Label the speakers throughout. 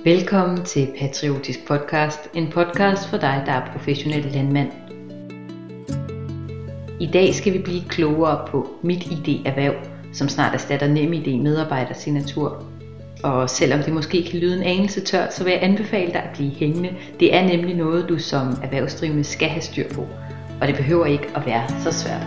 Speaker 1: Velkommen til Patriotisk Podcast, en podcast for dig, der er professionel landmand. I dag skal vi blive klogere på MitID Erhverv, som snart erstatter NemID medarbejdersignatur. Og selvom det måske kan lyde en anelse tørt, så vil jeg anbefale dig at blive hængende. Det er nemlig noget, du som erhvervsdrivende skal have styr på, og det behøver ikke at være så svært.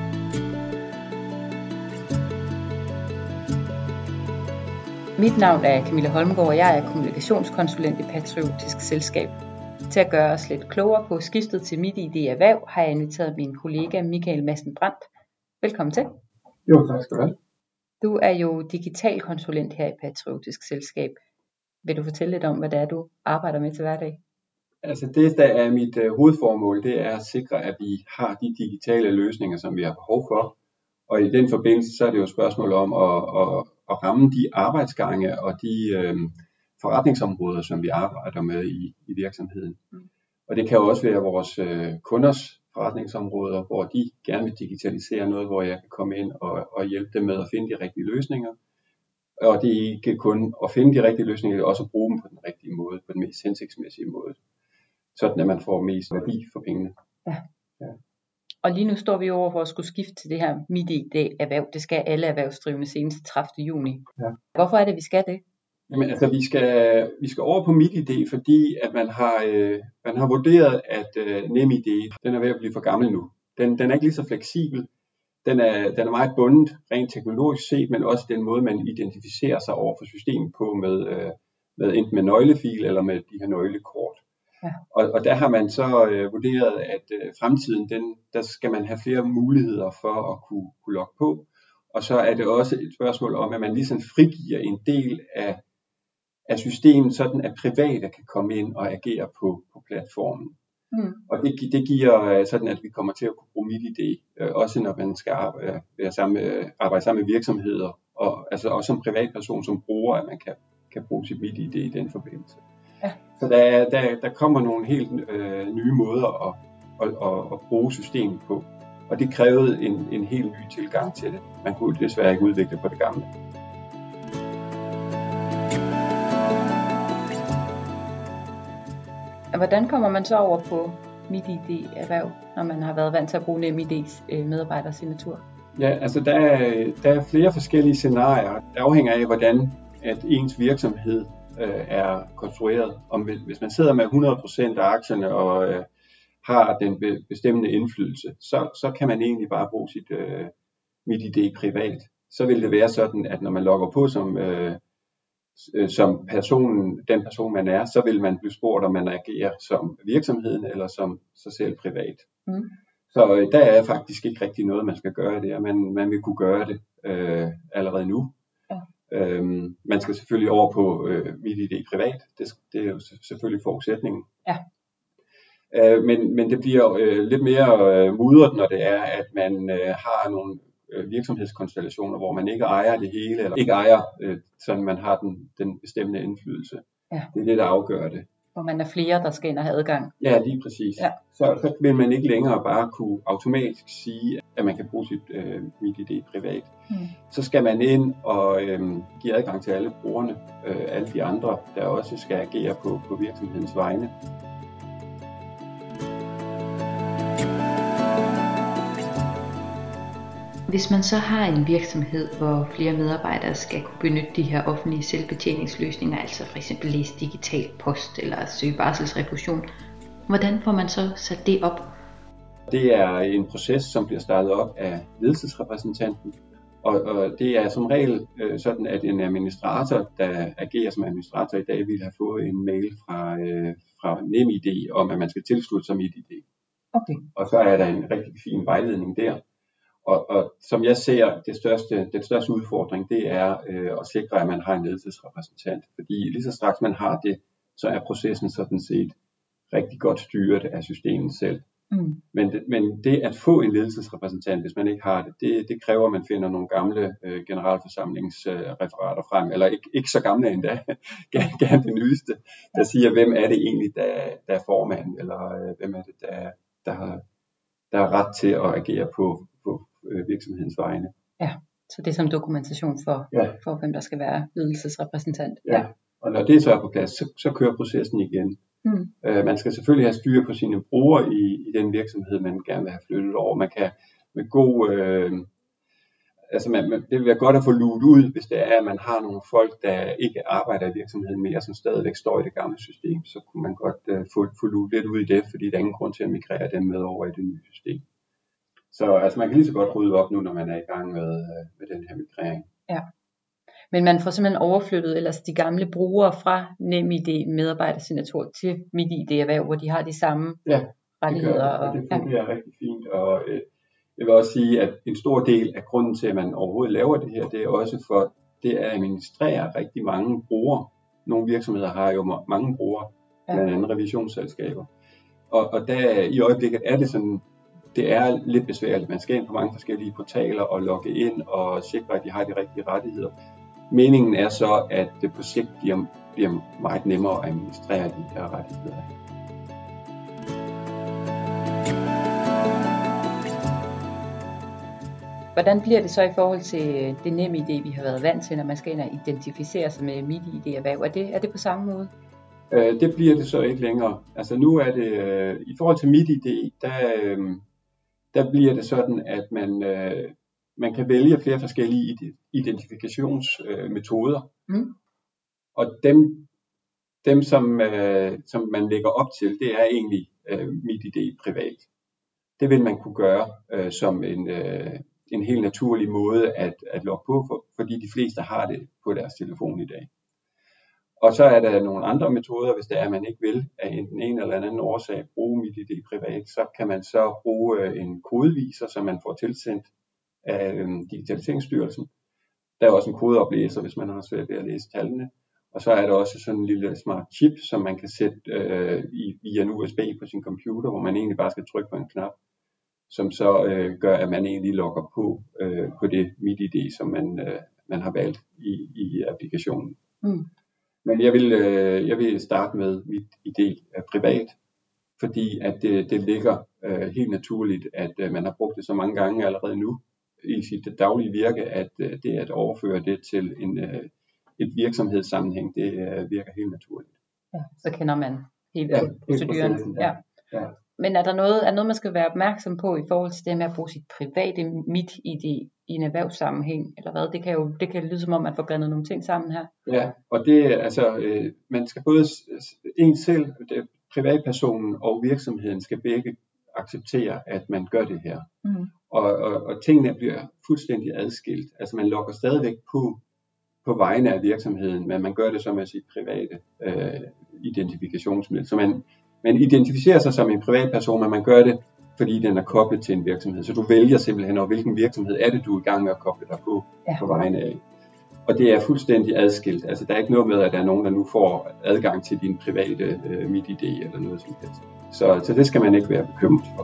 Speaker 1: Mit navn er Camilla Holmgaard, og jeg er kommunikationskonsulent i Patriotisk Selskab. Til at gøre os lidt klogere på skiftet til MitID Erhverv, har jeg inviteret min kollega Michael Madsen Brandt. Velkommen til.
Speaker 2: Jo, tak skal du have.
Speaker 1: Du er jo digital konsulent her i Patriotisk Selskab. Vil du fortælle lidt om, hvad det er, du arbejder med til hverdag?
Speaker 2: Altså det, der er mit hovedformål, det er at sikre, at vi har de digitale løsninger, som vi har behov for. Og i den forbindelse, så er det jo et spørgsmål om at ramme de arbejdsgange og de forretningsområder, som vi arbejder med i virksomheden. Og det kan jo også være vores kunders forretningsområder, hvor de gerne vil digitalisere noget, hvor jeg kan komme ind og hjælpe dem med at finde de rigtige løsninger. Og det er ikke kun at finde de rigtige løsninger, det er også at bruge dem på den rigtige måde, på den mest hensigtsmæssige måde. Sådan at man får mest værdi for pengene.
Speaker 1: Ja. Og lige nu står vi over for at skulle skifte til det her MitID Erhverv. Det skal alle erhvervsdrivende senest 30. juni. Ja. Hvorfor er det, vi skal det?
Speaker 2: Jamen, altså, vi skal over på MitID, fordi at man har vurderet, at NemID, den er ved at blive for gammel nu. Den er ikke lige så fleksibel. Den er meget bundet, rent teknologisk set, men også den måde, man identificerer sig over for systemet på med enten med nøglefil eller med de her nøglekort. Ja. Og der har man så vurderet, at fremtiden, der skal man have flere muligheder for at kunne logge på. Og så er det også et spørgsmål om, at man ligesom frigiver en del af systemet, sådan at private kan komme ind og agere på platformen. Og det giver sådan, at vi kommer til at kunne bruge MitID, også når man skal arbejde sammen med virksomheder, og altså også som privatperson, som bruger, at man kan bruge sit MitID i den forbindelse. Ja. Så der kommer nogle helt nye måder at bruge systemet på, og det krævede en helt ny tilgang til det. Man kunne desværre ikke udvikle på det gamle.
Speaker 1: Hvordan kommer man så over på MitID Erhverv, når man har været vant til at bruge NemIDs medarbejdersignatur?
Speaker 2: Ja, altså der er flere forskellige scenarier. Det afhænger af, hvordan at ens virksomhed er konstrueret. Hvis man sidder med 100% af aktierne og har den bestemmende indflydelse, så kan man egentlig bare bruge sit MitID privat. Så vil det være sådan, at når man logger på som den person man er, så vil man blive spurgt, om man agerer som virksomheden eller som sig selv privat. Så der er faktisk ikke rigtig noget, man skal gøre der. Man vil kunne gøre det allerede nu. Ja. Man skal selvfølgelig over på MitID privat. Det er jo selvfølgelig forudsætningen. Ja. Men det bliver lidt mere mudret, når det er, at man har nogle virksomhedskonstellationer, hvor man ikke ejer det hele, eller ikke ejer, sådan man har den bestemmende indflydelse. Ja. Det er det, der afgør det.
Speaker 1: Hvor man er flere, der skal ind og have adgang.
Speaker 2: Ja, lige præcis. Ja. Så vil man ikke længere bare kunne automatisk sige, at man kan bruge sit MitID privat. Så skal man ind og give adgang til alle brugerne, alle de andre, der også skal agere på virksomhedens vegne.
Speaker 1: Hvis man så har en virksomhed, hvor flere medarbejdere skal kunne benytte de her offentlige selvbetjeningsløsninger, altså f.eks. læse digital post eller søge barselsrefusion, hvordan får man så sat det op?
Speaker 2: Det er en proces, som bliver startet op af ledelsesrepræsentanten, og det er som regel sådan, at en administrator, der agerer som administrator i dag, vil have fået en mail fra NemID om, at man skal tilslutte sig MitID. Okay. Og så er der en rigtig fin vejledning der. Og som jeg ser, den største udfordring, det er at sikre, at man har en ledelsesrepræsentant. Fordi lige så straks man har det, så er processen sådan set rigtig godt styret af systemet selv. Men det at få en ledelsesrepræsentant, hvis man ikke har det kræver, at man finder nogle gamle generalforsamlingsreferater frem, eller ikke så gamle endda, gerne det nyeste, der siger, hvem er det egentlig, der er formand, eller hvem er det, der har ret til at agere på virksomhedens vegne.
Speaker 1: Ja, så det er som dokumentation for hvem der skal være ledelsesrepræsentant.
Speaker 2: Ja. Og når det så er på plads, så kører processen igen. Man skal selvfølgelig have styr på sine brugere i den virksomhed, man gerne vil have flyttet over. Man kan med god... det vil være godt at få luet ud, hvis det er, at man har nogle folk, der ikke arbejder i virksomheden mere, som stadigvæk står i det gamle system. Så kunne man godt få luet lidt ud i det, fordi der er ingen grund til at migrere dem med over i det nye system. Så altså, man kan lige så godt rydde op nu, når man er i gang med den her migrering.
Speaker 1: Ja. Men man får simpelthen overflyttet ellers de gamle brugere fra NemID medarbejdersignatur til MitID Erhverv, hvor de har de samme rettigheder.
Speaker 2: Og det fungerer rigtig fint. Og jeg vil også sige, at en stor del af grunden til, at man overhovedet laver det her, det er også for det at administrere rigtig mange brugere. Nogle virksomheder har jo mange brugere, blandt andet revisionsselskaber. Og der i øjeblikket er det sådan, det er lidt besværligt. Man skal ind på mange forskellige portaler og logge ind og sikre, at de har de rigtige rettigheder. Meningen er så, at det på sigt bliver meget nemmere at administrere de her rettigheder.
Speaker 1: Hvordan bliver det så i forhold til det NemID, vi har været vant til, når man skal ind og identificere sig med MitID Erhverv? Er det på samme måde?
Speaker 2: Det bliver det så ikke længere. Altså nu er det, i forhold til MitID, der bliver det sådan, at man kan vælge flere forskellige identifikationsmetoder. Og dem som man lægger op til, det er egentlig MitID privat. Det vil man kunne gøre som en helt naturlig måde at logge på, fordi de fleste har det på deres telefon i dag. Og så er der nogle andre metoder, hvis det er, at man ikke vil af en eller anden årsag bruge MitID privat, så kan man så bruge en kodeviser, som man får tilsendt af Digitaliseringsstyrelsen. Der er også en kodeoplæser, hvis man har svært ved at læse tallene. Og så er der også sådan en lille smart chip, som man kan sætte via en USB på sin computer, hvor man egentlig bare skal trykke på en knap, som så gør, at man egentlig logger på det MitID, som man har valgt i applikationen. Men jeg vil starte med MitID privat, fordi at det ligger helt naturligt, at man har brugt det så mange gange allerede nu i sit daglige virke, at det at overføre det til et virksomhedssammenhæng, det virker helt naturligt.
Speaker 1: Ja, så kender man hele proceduren. Ja. Men er der noget, man skal være opmærksom på i forhold til det med at bruge sit private MitID i en erhvervssammenhæng, eller hvad? Det kan lyde som om, man får blandet nogle ting sammen her.
Speaker 2: Ja, og det man skal både en selv, privatpersonen og virksomheden skal begge acceptere, at man gør det her. Og tingene bliver fuldstændig adskilt. Altså man logger stadigvæk på vegne af virksomheden, men man gør det så med sit private identifikationsmiddel. Så man identificerer sig som en privatperson, men man gør det, fordi den er koblet til en virksomhed. Så du vælger simpelthen, hvilken virksomhed er det, du er i gang med at koble dig på vegne af. Og det er fuldstændig adskilt. Altså der er ikke noget med, at der er nogen, der nu får adgang til din private MitID eller noget som helst. Så det skal man ikke være bekymret for.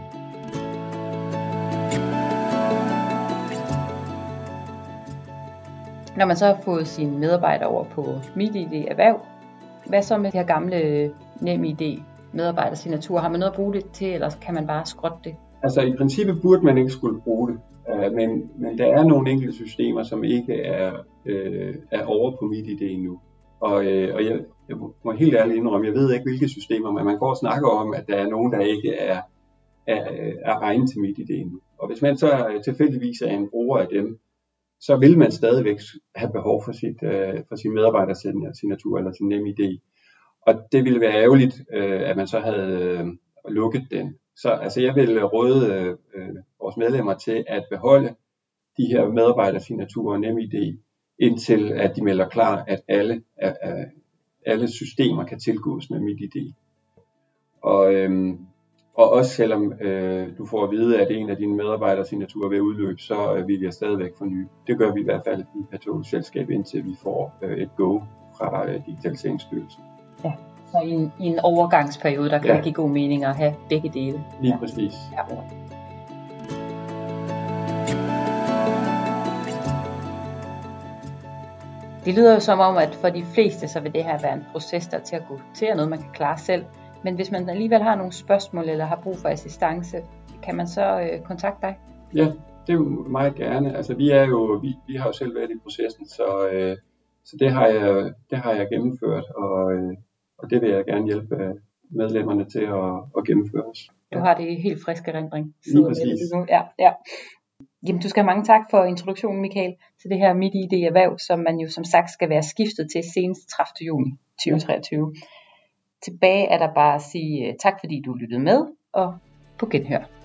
Speaker 1: Når man så har fået sine medarbejdere over på MitID Erhverv, hvad så med det her gamle NemID medarbejdersignatur? Har man noget at bruge det til, eller kan man bare skrotte det?
Speaker 2: Altså i princippet burde man ikke skulle bruge det, men der er nogle enkelte systemer, som ikke er over på MitID endnu. Og jeg må helt ærligt indrømme, jeg ved ikke hvilke systemer, men man går og snakker om, at der er nogen, der ikke er egnet til MitID endnu. Og hvis man så tilfældigvis er en bruger af dem, så vil man stadigvæk have behov for sin medarbejdersignatur eller sin NemID. Og det ville være ærgerligt, at man så havde lukket den. Så altså, jeg vil råde vores medlemmer til at beholde de her medarbejdersignaturer og NemID, indtil at de melder klar, at alle systemer kan tilgås med MitID. Og også selvom du får at vide, at en af dine medarbejdersignaturer er ved at udløbe, så vil jeg stadigvæk forny. Det gør vi i hvert fald i Patologisk Selskab, indtil vi får et go fra Digitaliseringsstyrelsen.
Speaker 1: Ja, så i en overgangsperiode, der kan give god mening at have begge dele.
Speaker 2: Lige præcis.
Speaker 1: Ja. Det lyder jo som om, at for de fleste, så vil det her være en proces, der er til at gå til, og noget man kan klare selv. Men hvis man alligevel har nogle spørgsmål, eller har brug for assistance, kan man så kontakte dig?
Speaker 2: Ja, det er jo meget gerne. Altså vi har jo selv været i processen, så Så det har jeg gennemført, og det vil jeg gerne hjælpe medlemmerne til at gennemføre os.
Speaker 1: Du har det i helt frisk erindring.
Speaker 2: Lige præcis.
Speaker 1: Ja. Jamen, du skal have mange tak for introduktionen, Michael, til det her MitID erhverv, som man jo som sagt skal være skiftet til senest 30. juni 2023. Tilbage er der bare at sige tak, fordi du lyttede med, og på genhør.